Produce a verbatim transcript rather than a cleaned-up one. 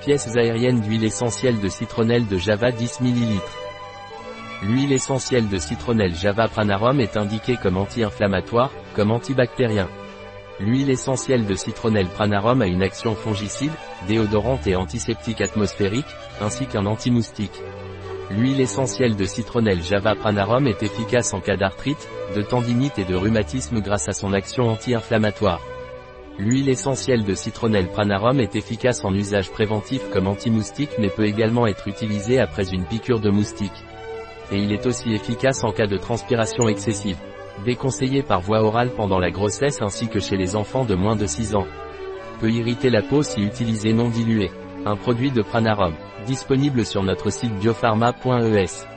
pièces aériennes d'huile essentielle de citronnelle de Java dix millilitres. L'huile essentielle de citronnelle Java Pranarum est indiquée comme anti-inflammatoire, comme antibactérien. L'huile essentielle de citronnelle Pranarum a une action fongicide, déodorante et antiseptique atmosphérique, ainsi qu'un anti-moustique. L'huile essentielle de citronnelle Java Pranarum est efficace en cas d'arthrite, de tendinite et de rhumatisme grâce à son action anti-inflammatoire. L'huile essentielle de citronnelle Pranarum est efficace en usage préventif comme anti-moustique mais peut également être utilisée après une piqûre de moustique. Et il est aussi efficace en cas de transpiration excessive. Déconseillé par voie orale pendant la grossesse ainsi que chez les enfants de moins de six ans. Peut irriter la peau si utilisé non dilué. Un produit de Pranarum. Disponible sur notre site biopharma point e s.